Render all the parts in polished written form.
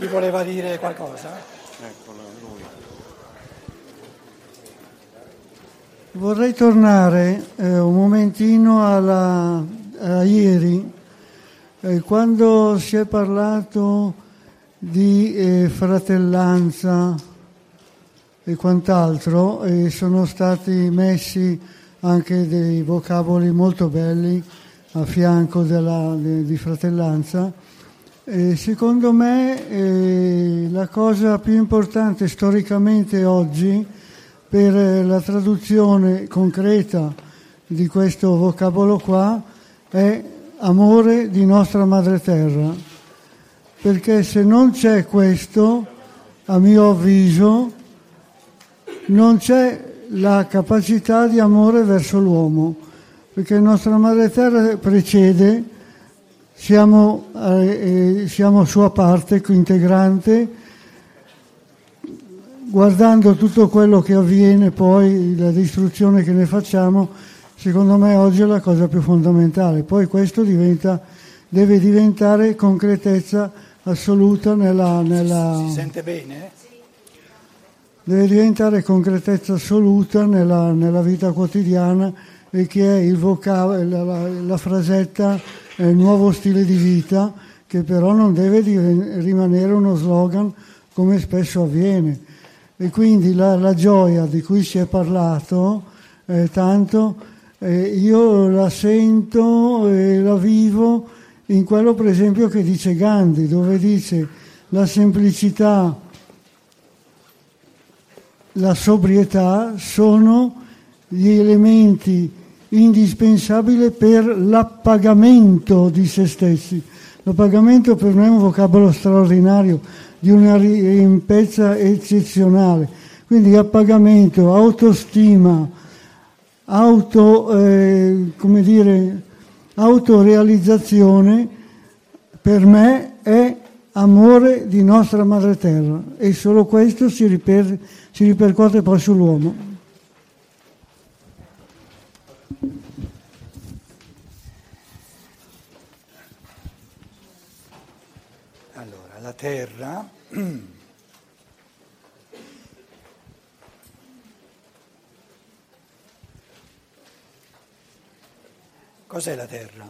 Chi voleva dire qualcosa? Eccolo, lui. Vorrei tornare un momentino a ieri, quando si è parlato di fratellanza e quant'altro, e sono stati messi anche dei vocaboli molto belli a fianco di fratellanza. Secondo me la cosa più importante storicamente oggi per la traduzione concreta di questo vocabolo qua è amore di nostra madre terra, perché se non c'è questo, a mio avviso, non c'è la capacità di amore verso l'uomo, perché nostra madre terra precede, siamo sua parte integrante, guardando tutto quello che avviene poi, la distruzione che ne facciamo, secondo me oggi è la cosa più fondamentale. Poi questo deve diventare concretezza assoluta Si sente bene? Deve diventare concretezza assoluta nella vita quotidiana, e che è il la frasetta è il nuovo stile di vita, che però non deve rimanere uno slogan come spesso avviene. E quindi la gioia di cui si è parlato tanto, io la sento e la vivo in quello per esempio che dice Gandhi, dove dice la semplicità, la sobrietà sono gli elementi indispensabili per l'appagamento di se stessi. L'appagamento per me è un vocabolo straordinario, di una riempezza eccezionale. Quindi appagamento, autostima, autorealizzazione, per me è amore di nostra madre terra, e solo questo si ripercuote poi sull'uomo. Allora, la terra cos'è la terra?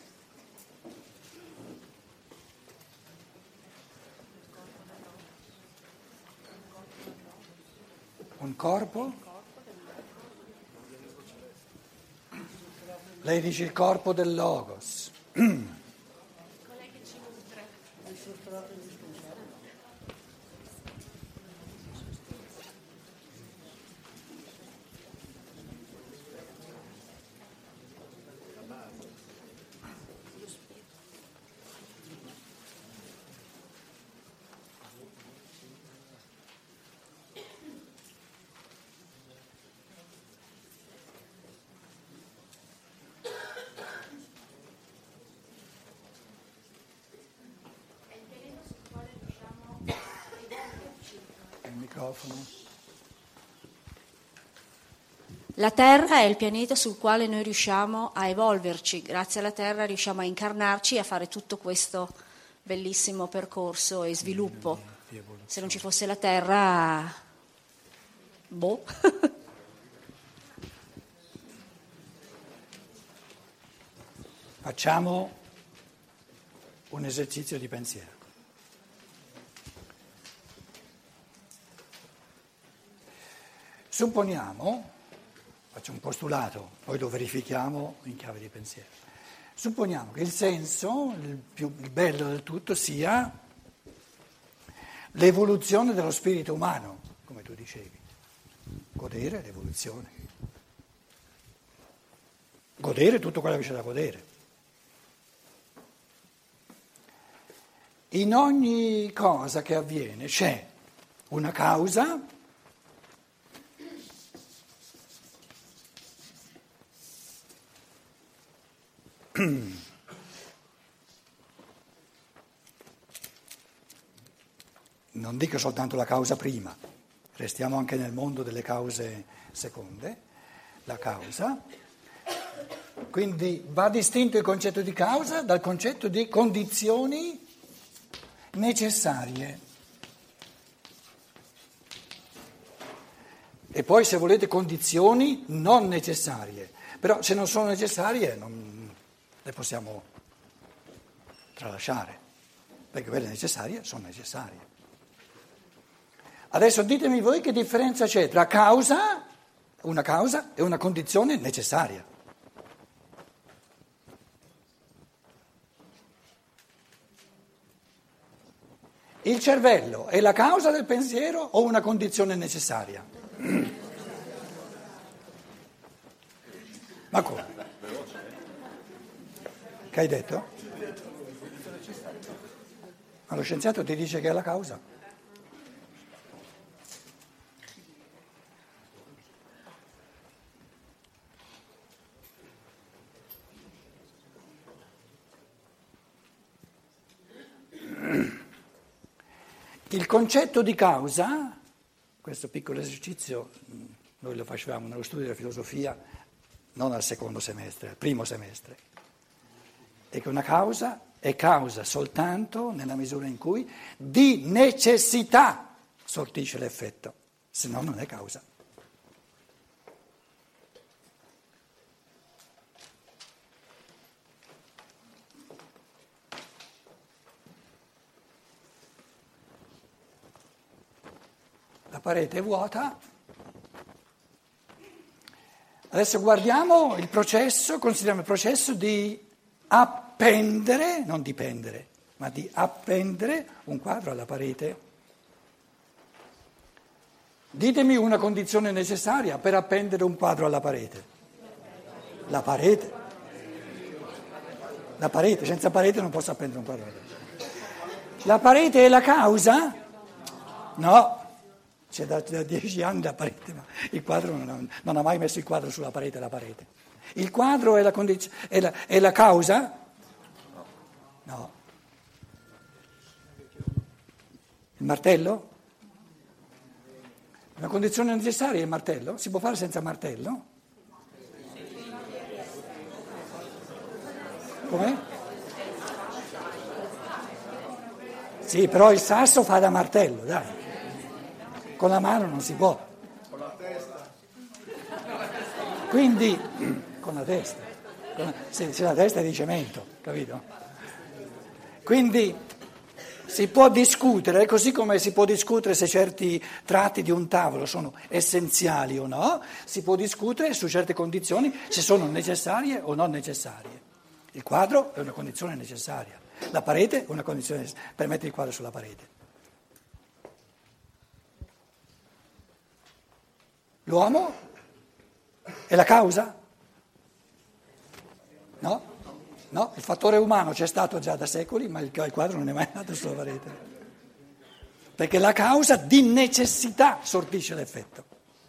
Un corpo? Lei dice il corpo del Logos. La Terra è il pianeta sul quale noi riusciamo a evolverci, grazie alla Terra riusciamo a incarnarci e a fare tutto questo bellissimo percorso e sviluppo. Se non ci fosse la Terra, boh. Facciamo un esercizio di pensiero. Supponiamo, faccio un postulato, poi lo verifichiamo in chiave di pensiero. Supponiamo che il senso, il bello del tutto, sia l'evoluzione dello spirito umano, come tu dicevi. Godere l'evoluzione. Godere tutto quello che c'è da godere. In ogni cosa che avviene c'è una causa non dico soltanto la causa prima, restiamo anche nel mondo delle cause seconde, la causa, quindi va distinto il concetto di causa dal concetto di condizioni necessarie. E poi, se volete, condizioni non necessarie. Però se non sono necessarie le possiamo tralasciare, perché quelle necessarie sono necessarie. Adesso ditemi voi che differenza c'è tra una causa e una condizione necessaria. Il cervello è la causa del pensiero o una condizione necessaria? Ma come? Che hai detto? Ma lo scienziato ti dice che è la causa. Il concetto di causa, questo piccolo esercizio, noi lo facevamo nello studio della filosofia, non al secondo semestre, al primo semestre, è che una causa è causa soltanto nella misura in cui di necessità sortisce l'effetto, se no non è causa. La parete è vuota. Adesso guardiamo il processo, consideriamo il processo di appendere, non dipendere, ma di appendere un quadro alla parete. Ditemi una condizione necessaria per appendere un quadro alla parete. La parete. La parete, senza parete non posso appendere un quadro alla parete. La parete è la causa? No. C'è da 10 anni la parete, ma il quadro non ha mai messo il quadro sulla parete, la parete. Il quadro è è la causa? No. Il martello? Una condizione necessaria è il martello? Si può fare senza martello? Com'è? Sì, però il sasso fa da martello, dai. Con la mano non si può. Con la testa. Quindi, con la testa. Se la testa è di cemento, capito? Quindi si può discutere, così come si può discutere se certi tratti di un tavolo sono essenziali o no, si può discutere su certe condizioni se sono necessarie o non necessarie. Il quadro è una condizione necessaria, la parete è una condizione per mettere il quadro sulla parete. L'uomo è la causa? No? No, il fattore umano c'è stato già da secoli, ma il quadro non è mai andato sulla parete. Perché la causa di necessità sortisce l'effetto.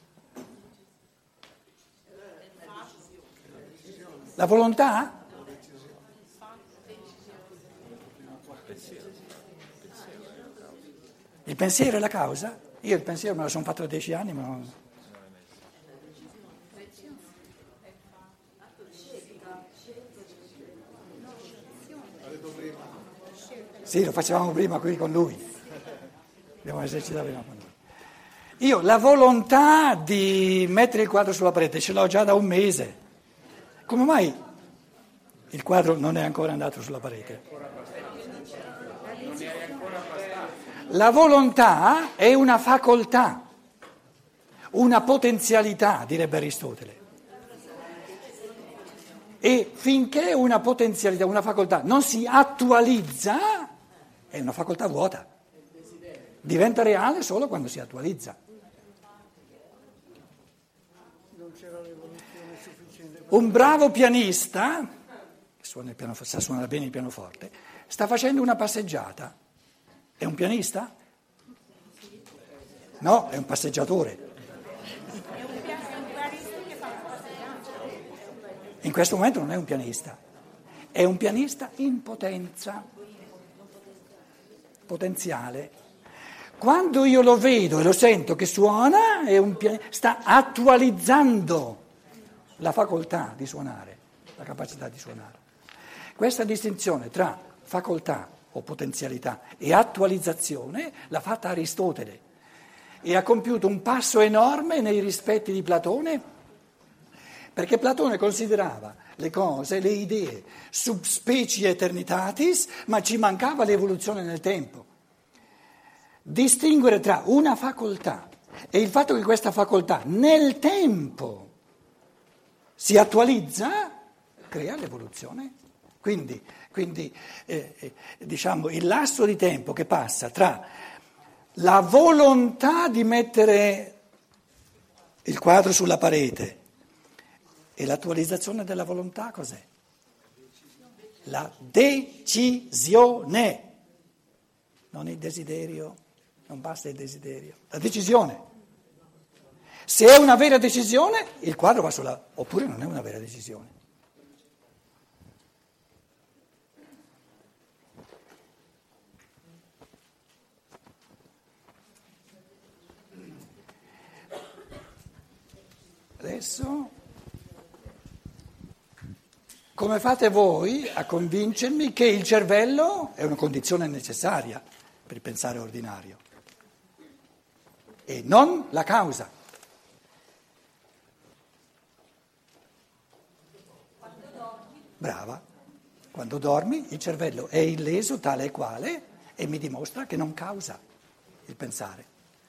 La volontà? Il pensiero è la causa? Io il pensiero me lo sono fatto da 10 anni, ma non... Sì, lo facevamo prima qui con lui, abbiamo esercitato prima con lui. Io la volontà di mettere il quadro sulla parete ce l'ho già da un mese. Come mai il quadro non è ancora andato sulla parete? La volontà è una facoltà, una potenzialità, direbbe Aristotele. E finché una potenzialità, una facoltà non si attualizza, è una facoltà vuota. Diventa reale solo quando si attualizza. Un bravo pianista, che sa suonare bene il pianoforte, sta facendo una passeggiata. È un pianista? No, è un passeggiatore. In questo momento non è un pianista, è un pianista in potenza, potenziale. Quando io lo vedo e lo sento che suona, sta attualizzando la facoltà di suonare, la capacità di suonare. Questa distinzione tra facoltà o potenzialità, e attualizzazione l'ha fatta Aristotele e ha compiuto un passo enorme nei rispetti di Platone, perché Platone considerava le cose, le idee, sub specie eternitatis, ma ci mancava l'evoluzione nel tempo. Distinguere tra una facoltà e il fatto che questa facoltà nel tempo si attualizza, crea l'evoluzione. Quindi diciamo, il lasso di tempo che passa tra la volontà di mettere il quadro sulla parete e l'attualizzazione della volontà cos'è? La decisione, non il desiderio, non basta il desiderio, la decisione. Se è una vera decisione, il quadro va sulla... oppure non è una vera decisione. Adesso, come fate voi a convincermi che il cervello è una condizione necessaria per il pensare ordinario e non la causa? Brava, quando dormi il cervello è illeso tale e quale e mi dimostra che non causa il pensare.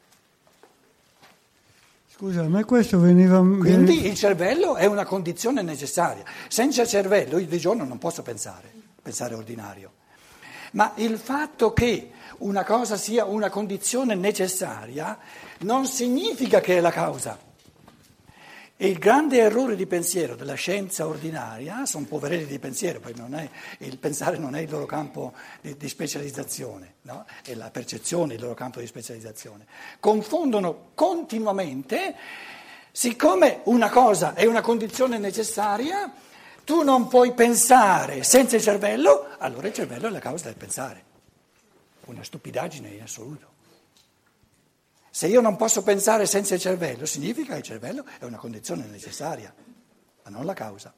Scusa, a me questo veniva... Quindi il cervello è una condizione necessaria. Senza cervello io di giorno non posso pensare ordinario. Ma il fatto che una cosa sia una condizione necessaria non significa che è la causa. E il grande errore di pensiero della scienza ordinaria, sono poverelli di pensiero, poi il pensare non è il loro campo di specializzazione, no? È la percezione il loro campo di specializzazione. Confondono continuamente, siccome una cosa è una condizione necessaria, tu non puoi pensare senza il cervello, allora il cervello è la causa del pensare. Una stupidaggine in assoluto. Se io non posso pensare senza il cervello, significa che il cervello è una condizione necessaria, ma non la causa.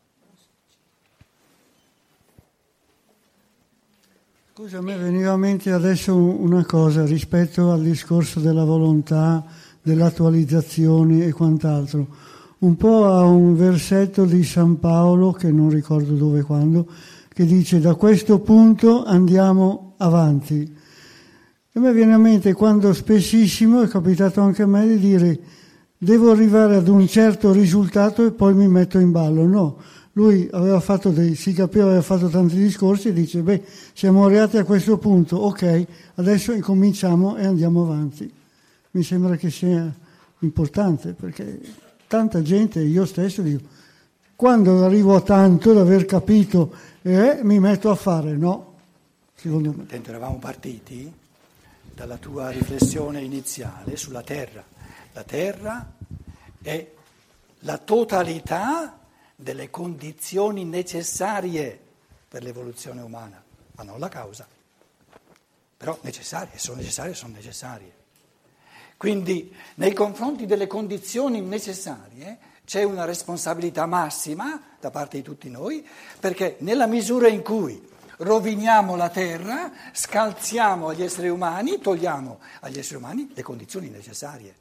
Scusa, a me veniva a mente adesso una cosa rispetto al discorso della volontà, dell'attualizzazione e quant'altro. Un po' a un versetto di San Paolo, che non ricordo dove e quando, che dice: da questo punto andiamo avanti. E a me viene a mente quando spessissimo è capitato anche a me di dire devo arrivare ad un certo risultato e poi mi metto in ballo. No, lui si capiva, aveva fatto tanti discorsi e dice siamo arrivati a questo punto, ok, adesso incominciamo e andiamo avanti. Mi sembra che sia importante perché tanta gente, io stesso dico, quando arrivo a tanto d'aver capito mi metto a fare, no, secondo me. Eravamo partiti dalla tua riflessione iniziale sulla Terra. La Terra è la totalità delle condizioni necessarie per l'evoluzione umana, ma non la causa. Però sono necessarie. Quindi nei confronti delle condizioni necessarie c'è una responsabilità massima da parte di tutti noi, perché nella misura in cui roviniamo la terra, scalziamo agli esseri umani, togliamo agli esseri umani le condizioni necessarie.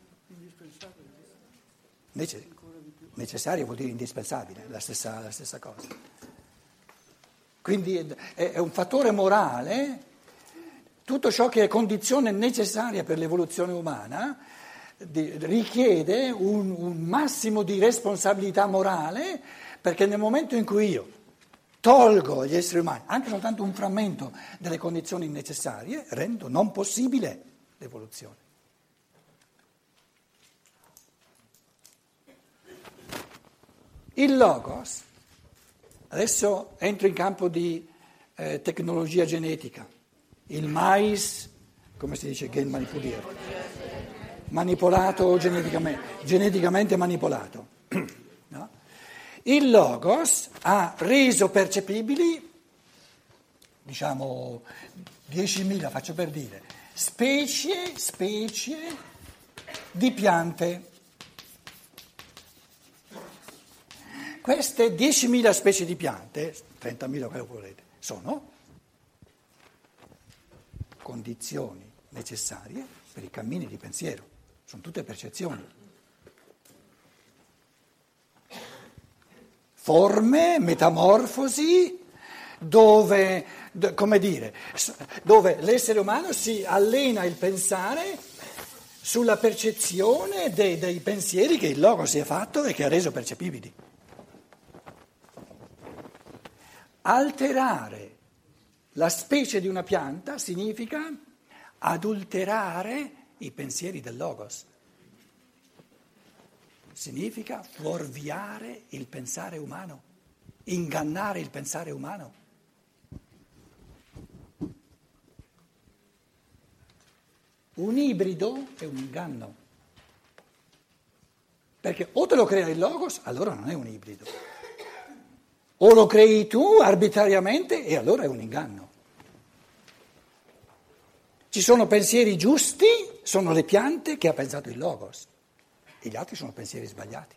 Necessario vuol dire indispensabile, la stessa cosa. Quindi è un fattore morale, tutto ciò che è condizione necessaria per l'evoluzione umana richiede un massimo di responsabilità morale, perché nel momento in cui io tolgo agli esseri umani anche soltanto un frammento delle condizioni necessarie, rendo non possibile l'evoluzione. Il Logos, adesso entro in campo di tecnologia genetica, il mais, come si dice, gen manipuliert, manipolato geneticamente manipolato. No? Il Logos ha reso percepibili, diciamo 10.000, faccio per dire, specie di piante. Queste 10.000 specie di piante, 30.000 quello che volete, sono condizioni necessarie per i cammini di pensiero, sono tutte percezioni. Forme, metamorfosi, dove l'essere umano si allena il pensare sulla percezione dei pensieri che il Logos si è fatto e che ha reso percepibili. Alterare la specie di una pianta significa adulterare i pensieri del Logos. Significa fuorviare il pensare umano, ingannare il pensare umano. Un ibrido è un inganno, perché o te lo crea il Logos, allora non è un ibrido, o lo crei tu arbitrariamente e allora è un inganno. Ci sono pensieri giusti, sono le piante che ha pensato il Logos, e gli altri sono pensieri sbagliati.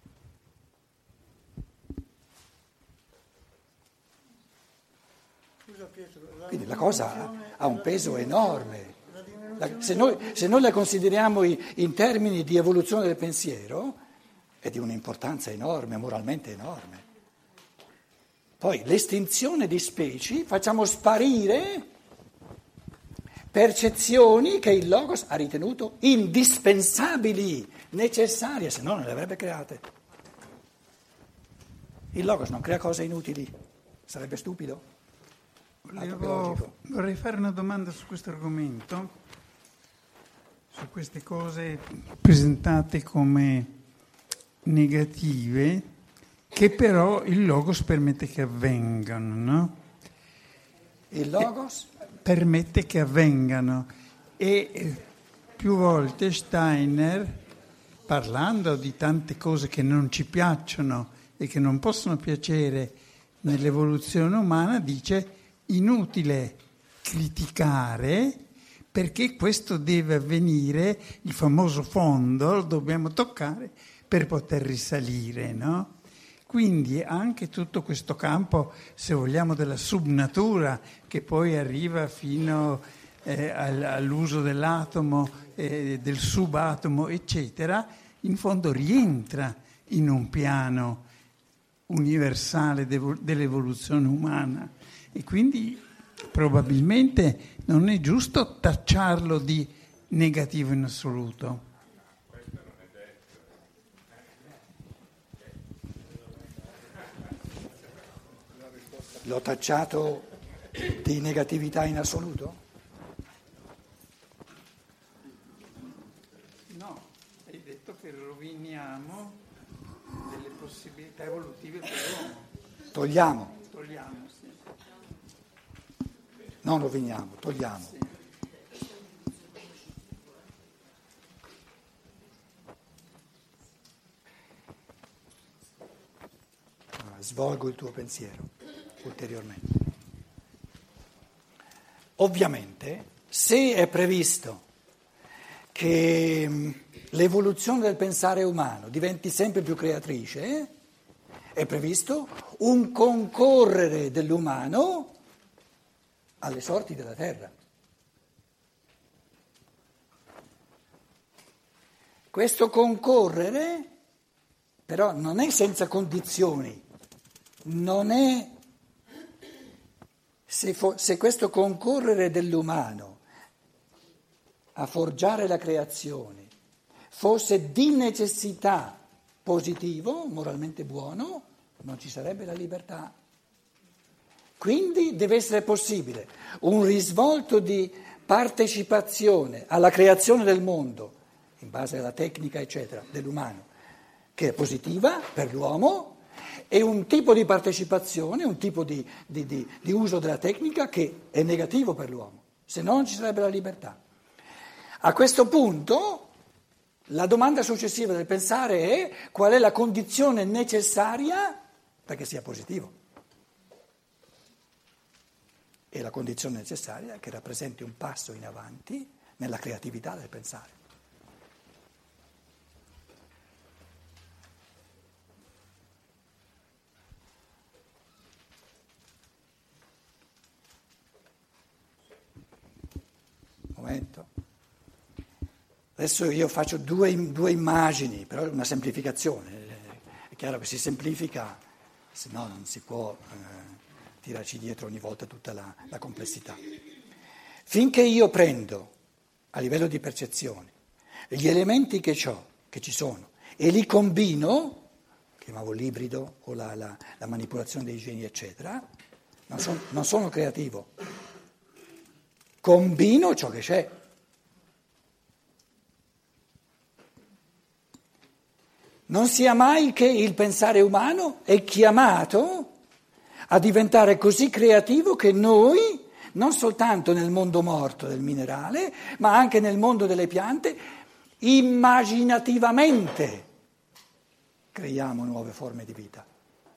Quindi la cosa ha un peso enorme. Se noi la consideriamo in termini di evoluzione del pensiero, è di un'importanza enorme, moralmente enorme. Poi l'estinzione di specie, facciamo sparire percezioni che il Logos ha ritenuto indispensabili, necessarie, se no non le avrebbe create. Il Logos non crea cose inutili, sarebbe stupido. Vorrei fare una domanda su questo argomento, su queste cose presentate come negative, che però il Logos permette che avvengano, no? Il Logos? Permette che avvengano. E più volte Steiner, parlando di tante cose che non ci piacciono e che non possono piacere nell'evoluzione umana, dice inutile criticare perché questo deve avvenire, il famoso fondo lo dobbiamo toccare per poter risalire, no? Quindi anche tutto questo campo, se vogliamo, della subnatura, che poi arriva fino all'uso dell'atomo, del subatomo, eccetera, in fondo rientra in un piano universale dell'evoluzione umana. E quindi probabilmente non è giusto tacciarlo di negativo in assoluto. L'ho tacciato di negatività in assoluto? No, hai detto che roviniamo delle possibilità evolutive per l'uomo. Togliamo, Sì. non roviniamo, togliamo. Sì. Svolgo il tuo pensiero ulteriormente. Ovviamente, se è previsto che l'evoluzione del pensare umano diventi sempre più creatrice, è previsto un concorrere dell'umano alle sorti della terra. Questo concorrere però non è senza condizioni, non è se questo concorrere dell'umano a forgiare la creazione fosse di necessità positivo, moralmente buono, non ci sarebbe la libertà. Quindi deve essere possibile un risvolto di partecipazione alla creazione del mondo, in base alla tecnica, eccetera, dell'umano, che è positiva per l'uomo, e un tipo di partecipazione, un tipo di uso della tecnica che è negativo per l'uomo, se no non ci sarebbe la libertà. A questo punto la domanda successiva del pensare è qual è la condizione necessaria perché sia positivo. E la condizione necessaria è che rappresenti un passo in avanti nella creatività del pensare. momento. Adesso io faccio due immagini, però è una semplificazione. È chiaro che si semplifica, se no non si può tirarci dietro ogni volta tutta la complessità. Finché io prendo, a livello di percezione, gli elementi che ci sono, e li combino, chiamavo l'ibrido o la manipolazione dei geni, eccetera, non sono creativo. Combino ciò che c'è. Non sia mai che il pensare umano è chiamato a diventare così creativo che noi, non soltanto nel mondo morto del minerale, ma anche nel mondo delle piante, immaginativamente creiamo nuove forme di vita.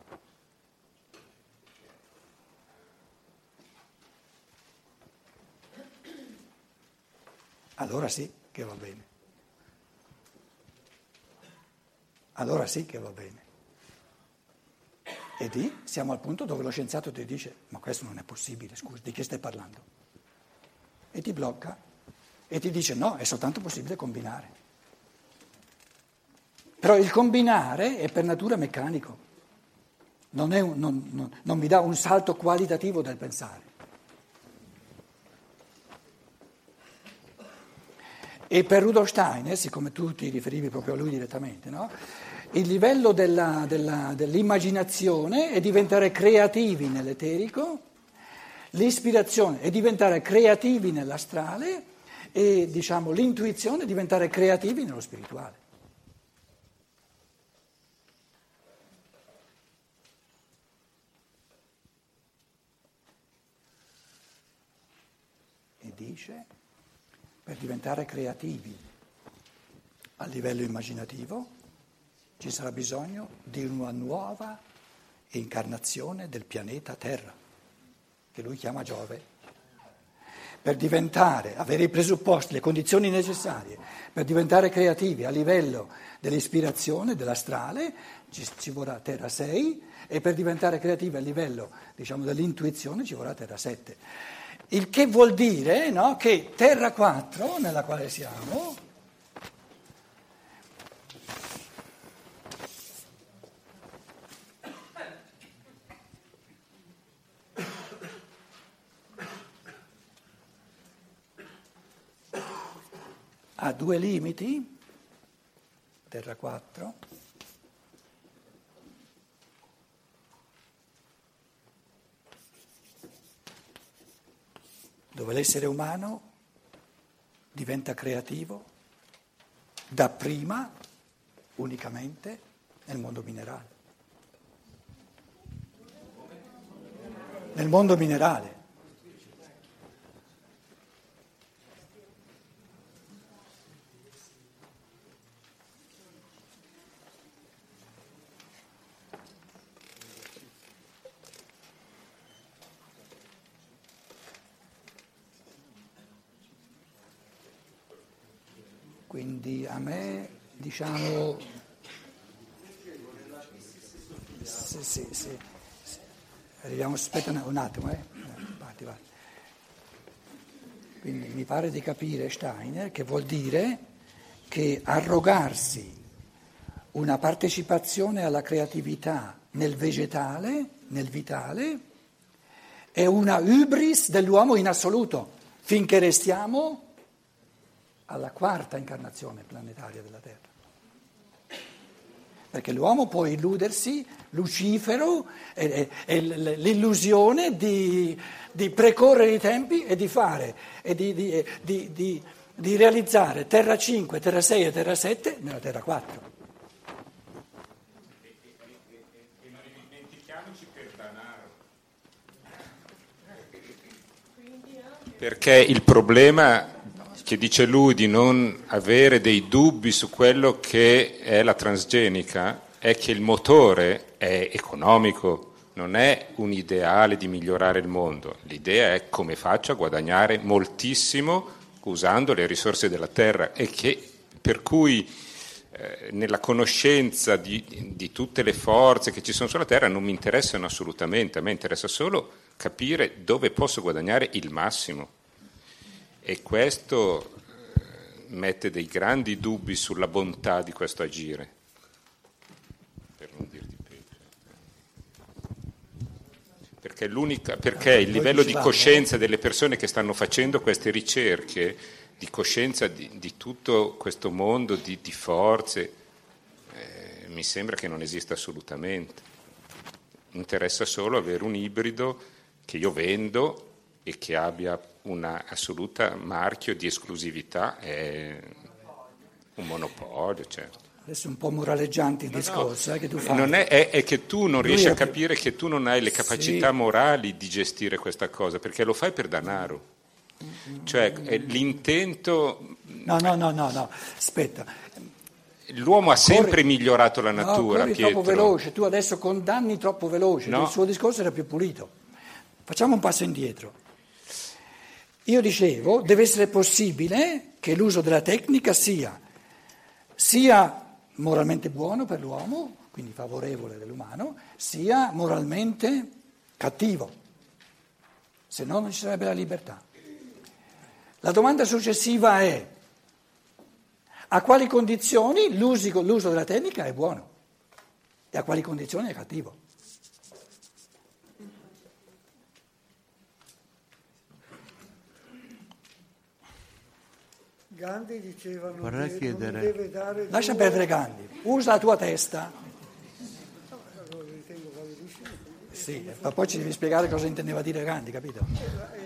Allora sì che va bene. Allora sì che va bene. E lì siamo al punto dove lo scienziato ti dice: ma questo non è possibile, scusa, di che stai parlando? E ti blocca e ti dice: no, è soltanto possibile combinare. Però il combinare è per natura meccanico, non mi dà un salto qualitativo del pensare. E per Rudolf Steiner, siccome tu ti riferivi proprio a lui direttamente, no? Il livello dell'immaginazione è diventare creativi nell'eterico, l'ispirazione è diventare creativi nell'astrale e, diciamo, l'intuizione è diventare creativi nello spirituale. E dice: per diventare creativi a livello immaginativo ci sarà bisogno di una nuova incarnazione del pianeta Terra, che lui chiama Giove. Per avere i presupposti, le condizioni necessarie per diventare creativi a livello dell'ispirazione, dell'astrale, ci vorrà Terra 6, e per diventare creativi a livello, diciamo, dell'intuizione ci vorrà Terra 7. Il che vuol dire, no, che Terra 4, nella quale siamo, ha due limiti, Terra 4, dove l'essere umano diventa creativo dapprima unicamente nel mondo minerale. Nel mondo minerale. Quindi a me, diciamo, sì. Arriviamo, aspetta un attimo, Vai. Quindi mi pare di capire Steiner che vuol dire che arrogarsi una partecipazione alla creatività nel vegetale, nel vitale, è una hybris dell'uomo in assoluto, finché restiamo alla quarta incarnazione planetaria della Terra. Perché l'uomo può illudersi, Lucifero, è l'illusione di precorrere i tempi e di fare, e di realizzare Terra 5, Terra 6 e Terra 7 nella Terra 4. E non dimentichiamoci per Danaro. Perché il problema che dice lui di non avere dei dubbi su quello che è la transgenica è che il motore è economico, non è un ideale di migliorare il mondo. L'idea è come faccio a guadagnare moltissimo usando le risorse della terra, e che per cui nella conoscenza di tutte le forze che ci sono sulla terra non mi interessano assolutamente, a me interessa solo capire dove posso guadagnare il massimo. E questo mette dei grandi dubbi sulla bontà di questo agire, per non dir di peggio. Perché il livello di coscienza delle persone che stanno facendo queste ricerche, di coscienza di tutto questo mondo di forze, mi sembra che non esista assolutamente. Interessa solo avere un ibrido che io vendo e che abbia una assoluta marchio di esclusività, è un monopolio, certo. Adesso è un po' moraleggiante il discorso che tu fai. Non è che tu non riesci a capire che tu non hai le capacità morali di gestire questa cosa, perché lo fai per denaro. Cioè l'intento... No, aspetta. L'uomo ha sempre migliorato la natura, corri Pietro. troppo veloce, tu adesso condanni troppo veloce, il suo discorso era più pulito. Facciamo un passo indietro. Io dicevo, deve essere possibile che l'uso della tecnica sia moralmente buono per l'uomo, quindi favorevole dell'umano, sia moralmente cattivo, se no non ci sarebbe la libertà. La domanda successiva è: a quali condizioni l'uso della tecnica è buono e a quali condizioni è cattivo? Gandhi diceva Vorrei chiedere... non deve dare... Lascia perdere Gandhi, usa la tua testa. Lo ritengo validissimo. Sì, ma poi ci devi spiegare cosa intendeva dire Gandhi, capito?